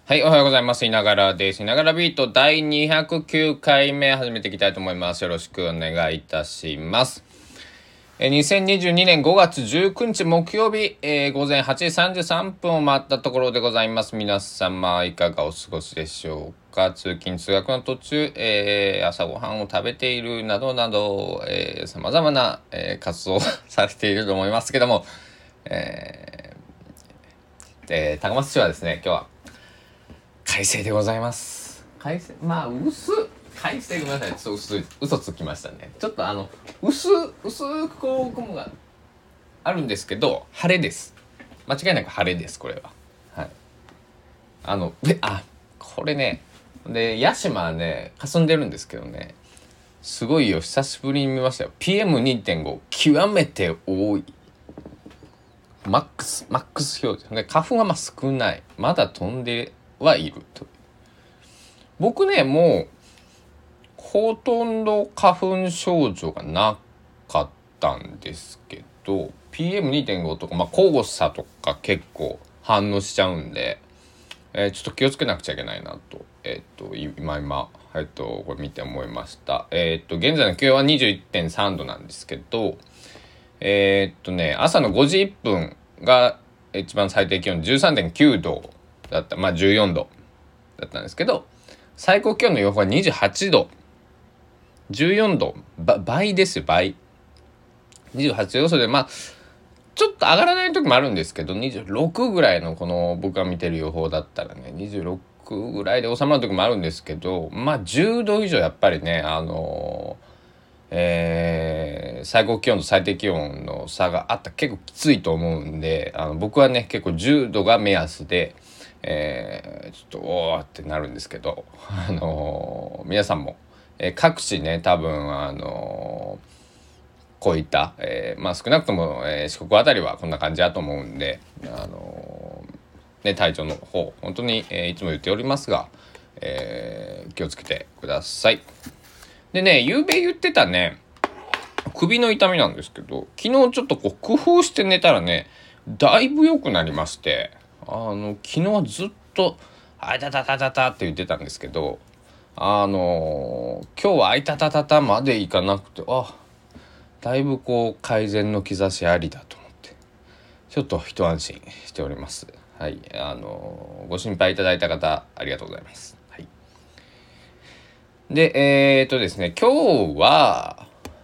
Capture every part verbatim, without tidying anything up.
はい、おはようございます。いながらです。いながらビートだいにひゃくきゅうかいめ始めていきたいと思います。よろしくお願いいたします。えにせんにじゅうにねんごがつじゅうくにち木曜日、えー、午前はちじさんじゅうさんぷんを回ったところでございます。皆様いかがお過ごしでしょうか。通勤通学の途中、えー、朝ごはんを食べているなどなど、えー、様々な、えー、活動をされていると思いますけども、えーえー、高松市はですね、今日は快晴でございます。快晴、まあ薄快晴、ごめんなさい、ちょっと薄い嘘つきましたね。ちょっとあの薄薄くこう雲があるんですけど、晴れです。間違いなく晴れです。これは、はい、あのであこれね、で屋島はね霞んでるんですけどね、すごいよ、久しぶりに見ましたよ。 ピーエムにてんご 極めて多い、マックスマックス表示で、花粉はまあ少ない、まだ飛んではいると。僕ね、もうほとんど花粉症状がなかったんですけど、 ピーエムにてんご とか、まあ、黄砂とか結構反応しちゃうんで、えー、ちょっと気をつけなくちゃいけないなと、えっ、ー、と今今えっ、ー、とこれ見て思いました。えっ、ー、と現在の気温は にじゅういってんさんどなんですけど、えっとね朝のごじいっぷんが一番最低気温 じゅうさんてんきゅうどだった、まあじゅうよんどだったんですけど、最高気温の予報はにじゅうはちど、じゅうよんど、倍ですよ、倍。にじゅうはちど予想で、まあちょっと上がらない時もあるんですけど、にじゅうろくぐらいのこの僕が見てる予報だったらね、にじゅうろくぐらいで収まる時もあるんですけど、まあじゅうど以上やっぱりね、あのーえー、最高気温と最低気温の差があったら結構きついと思うんで、あの僕はね結構じゅうどが目安で、えー、ちょっとおーってなるんですけど、あのー皆さんも、えー各地ね多分あのーこういった、えーまあ、少なくとも、えー四国あたりはこんな感じだと思うんで、あのーね、体調の方本当に、えーいつも言っておりますが、えー気をつけてください。でね、夕べ言ってたね、首の痛みなんですけど、昨日ちょっとこう工夫して寝たらね、だいぶ良くなりまして、あの昨日はずっとあいたたたたたって言ってたんですけど、あのー今日はあいたたたたまでいかなくて、あ、だいぶこう改善の兆しありだと思って、ちょっと一安心しております。はい、あのーご心配いただいた方ありがとうございます。はい、でえー、っとですね、今日は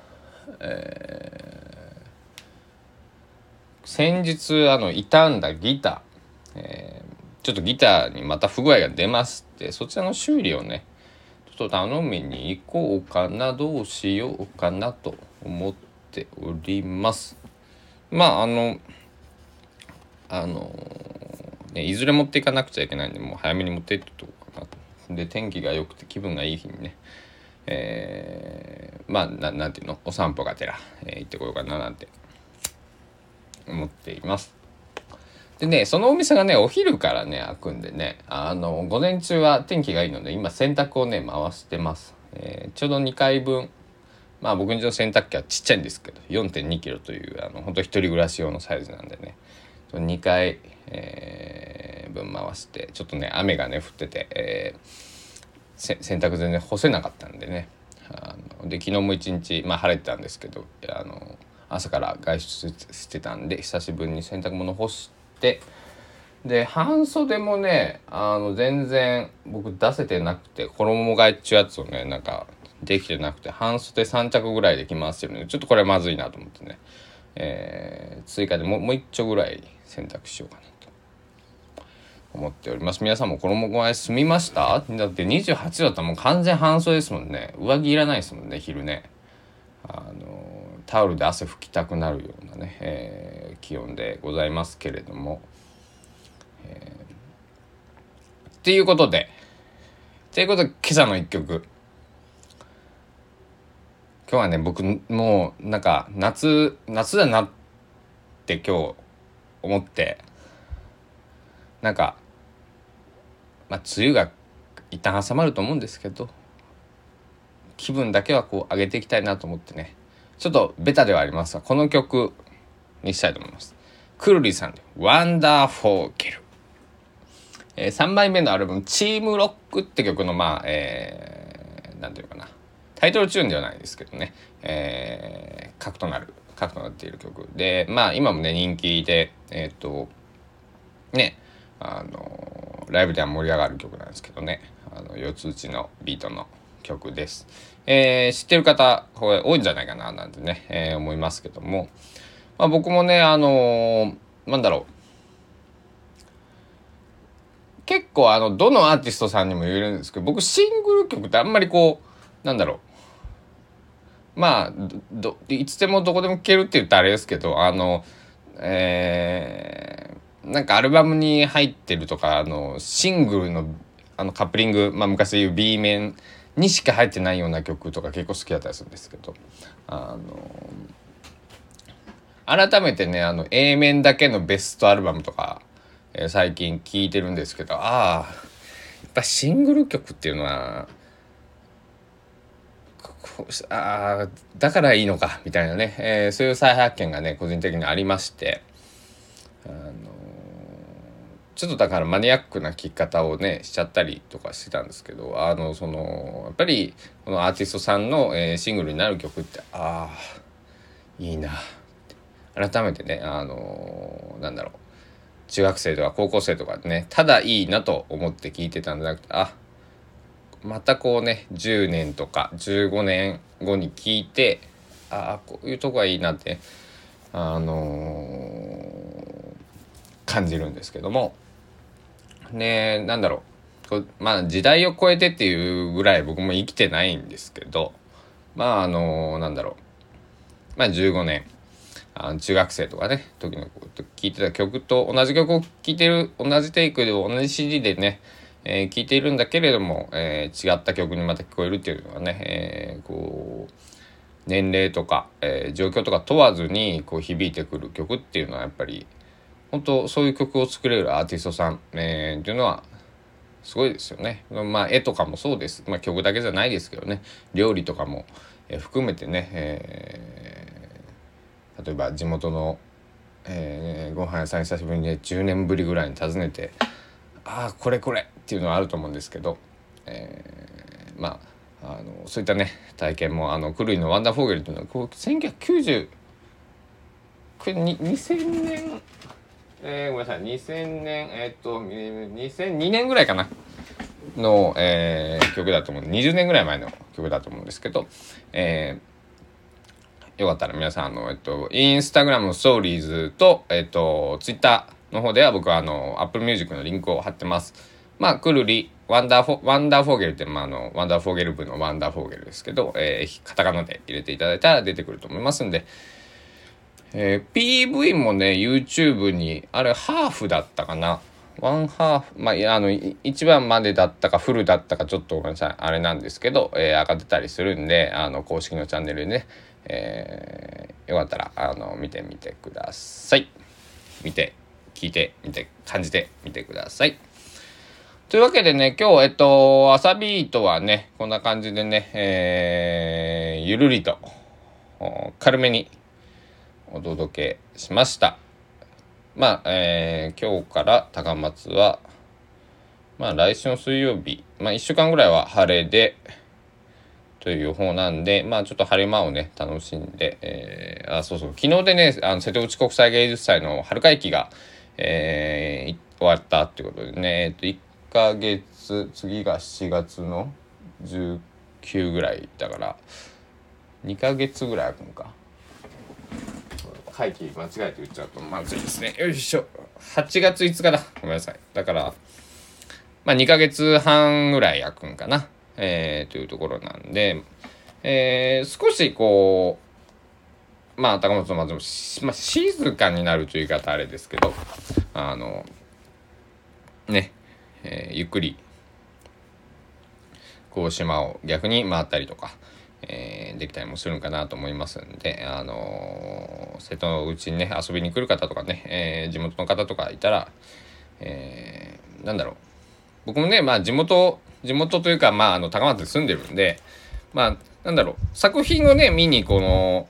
先日あの傷んだギター、えーちょっとギターにまた不具合が出まして、そちらの修理をねちょっと頼みに行こうかな、どうしようかなと思っております。まああのあのーね、いずれ持っていかなくちゃいけないんで、もう早めに持っていってとこうかなと。で天気が良くて気分がいい日にね、えー、まあ な, なんていうのお散歩がてら、えー行ってこようかななんて思っています。でね、そのお店がねお昼からね開くんでね、あの午前中は天気がいいので今洗濯をね回してます。えー、ちょうどにかいぶん、まあ僕んちの洗濯機はちっちゃいんですけど よんてんにキロというあの本当一人暮らし用のサイズなんでね、にかい、えー、分回して、ちょっとね雨がね降ってて、えー、洗濯全然干せなかったんでね、あので昨日も一日、まあ、晴れてたんですけど、あの朝から外出してたんで久しぶりに洗濯物干して、で半袖もねあの全然僕出せてなくて、衣替えっちゅうやつをねなんかできてなくて、半袖さんちゃくぐらいで着回してるので、ちょっとこれはまずいなと思ってね、えー、追加でもうもう一丁ぐらい洗濯しようかなと思っております。皆さんも衣替え済みました？だってにじゅうはちどだったらもう完全半袖ですもんね。上着いらないですもんね、昼ね。あのタオルで汗拭きたくなるようなね、えー、気温でございますけれども、えー、っていうことでということで今朝の一曲、今日はね僕もうなんか夏夏だなって今日思って、なんかまあ梅雨が一旦挟まると思うんですけど、気分だけはこう上げていきたいなと思ってね、ちょっとベタではありますがこの曲にしたいと思います。くるりさんでワンダーフォーゲル。 えー、さんまいめのアルバムチームロックって曲のまあ、えー、なんていうかな、タイトルチューンではないですけどね、えー、核となる核となっている曲で、まあ今もね人気で、えっとねあのライブでは盛り上がる曲なんですけどね、あの四つ打ちのビートの曲です。えー、知ってる方多いんじゃないかななんてね、えー、思いますけども、まあ、僕もねあのー、なんだろう結構あのどのアーティストさんにも言えるんですけど、僕シングル曲ってあんまりこうなんだろうまあどいつでもどこでも聴けるって言ったらあれですけど、あのえー、なんかアルバムに入ってるとか、あのシングルのあのカップリング、まあ昔でいう B 面にしか入ってないような曲とか結構好きだったりするんですけど、あの改めてねあの A 面だけのベストアルバムとか、えー、最近聴いてるんですけど、ああやっぱシングル曲っていうのはあだからいいのかみたいなね、えー、そういう再発見がね個人的にありまして、あのー、ちょっとだからマニアックな聴き方をねしちゃったりとかしてたんですけど、あのそのやっぱりこのアーティストさんの、えー、シングルになる曲ってああいいな改めてね、あのー、なんだろう中学生とか高校生とかねただいいなと思って聴いてたんじゃなくて、あまたこうねじゅうねんとかじゅうごねんごに聞いて、ああこういうとこがいいなってあのー、感じるんですけどもね。なんだろうこうまあ時代を超えてっていうぐらい僕も生きてないんですけど、まああのー、なんだろうまあじゅうごねんあの中学生とかね時の聴いてた曲と同じ曲を聴いてる、同じテイクで同じ シーディー でねえー、聞いているんだけれども、えー、違った曲にまた聞こえるっていうのはね、えー、こう年齢とか、えー、状況とか問わずにこう響いてくる曲っていうのはやっぱり本当そういう曲を作れるアーティストさん、えー、っていうのはすごいですよね。まあ絵とかもそうです、まあ、曲だけじゃないですけどね、料理とかも、えー、含めてね、えー、例えば地元の、えー、ご飯屋さん久しぶりにねじゅうねんぶりぐらいに訪ねて、ああこれこれっていうのはあると思うんですけど、えー、まああのそういったね体験もあのクルイのワンダーフォーゲルっていうのはこうせんきゅうひゃくきゅうじゅうこれににせんねん、えー、ごめんなさいにせんねんえー、っとにせんにねんぐらいかなの、えー、曲だと思う、にじゅうねんぐらい前の曲だと思うんですけど、えー、よかったら皆さんあの、えっと、インスタグラムのストーリーズと、えっと、ツイッターの方では僕はあの Apple Music のリンクを貼ってます。まあくるりワンダーフォワンダーフォーゲルって、まあ、あのワンダーフォーゲル部のワンダーフォーゲルですけど、えー、カタカナで入れていただいたら出てくると思いますんで、えー、ピーブイ もね YouTube にあれハーフだったかな、ワンハーフまああのいちばんまでだったかフルだったかちょっとごめんなさいあれなんですけど、えー、上がってたりするんで、あの公式のチャンネルでね、えー、よかったらあの見てみてください。見て聞いてみて感じてみてください。というわけでね今日えっと朝ビートはねこんな感じでね、えー、ゆるりと軽めにお届けしました。まあ、えー、今日から高松はまあ来週の水曜日まあいっしゅうかんぐらいは晴れでという予報なんで、まあちょっと晴れ間をね楽しんで、えー、あそうそう昨日でねあの瀬戸内国際芸術祭の春会期が、えー、終わったっていうことでね、えっといっかげつ次がしちがつのじゅうくぐらいだからにかげつぐらい空くのか。会期間違えて言っちゃうとまずいですね。よいしょはちがついつかだ、ごめんなさい。だからまあにかげつはんぐらい空くんかな、えー、というところなんで、えー、少しこうまあ高松の松も、まあ、静かになるという言い方あれですけど、あのね、えー、ゆっくりこう島を逆に回ったりとか、えー、できたりもするんかなと思いますんで、あのー、瀬戸内にね遊びに来る方とかね、えー、地元の方とかいたら、えー、なんだろう僕もねまあ地元地元というかまああの高松に住んでるんで、まあなんだろう作品をね見にこの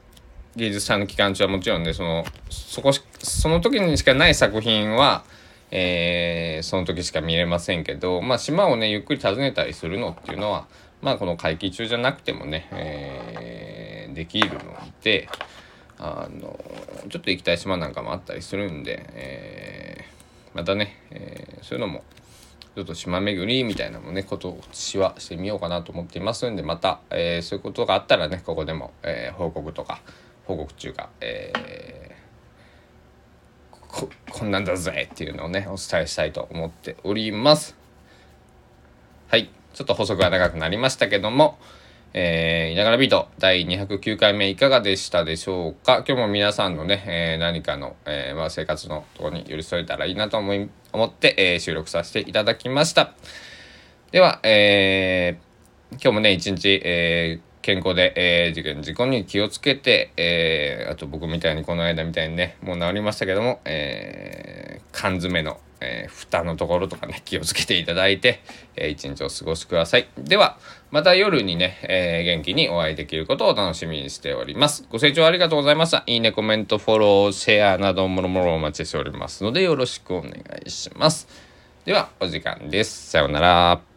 芸術祭の期間中はもちろんねそのそこその時にしかない作品はえー、その時しか見れませんけど、まあ、島をねゆっくり訪ねたりするのっていうのは、まあ、この会期中じゃなくてもね、えー、できるので、あのちょっと行きたい島なんかもあったりするんで、えー、またね、えー、そういうのもちょっと島巡りみたいなのもねことを私はしてみようかなと思っていますんで、また、えー、そういうことがあったらねここでも、えー、報告とか報告中が、えーこ, こんなんだぜっていうのをねお伝えしたいと思っております。はい、ちょっと補足が長くなりましたけども、えー、いながらビートだいにひゃくきゅうかいめいかがでしたでしょうか。今日も皆さんのね、えー、何かの、えーまあ、生活のところに寄り添えたらいいなと思い思って、えー、収録させていただきました。では、えー、今日もね一日、えー健康で、えー、事件事故に気をつけて、えー、あと僕みたいにこの間みたいにねもう治りましたけども、えー、缶詰の、えー、蓋のところとかね気をつけていただいて、えー、一日お過ごしください。ではまた夜にね、えー、元気にお会いできることを楽しみにしております。ご清聴ありがとうございました。いいね、コメント、フォロー、シェアなどもろもろお待ちしておりますのでよろしくお願いします。ではお時間です。さようなら。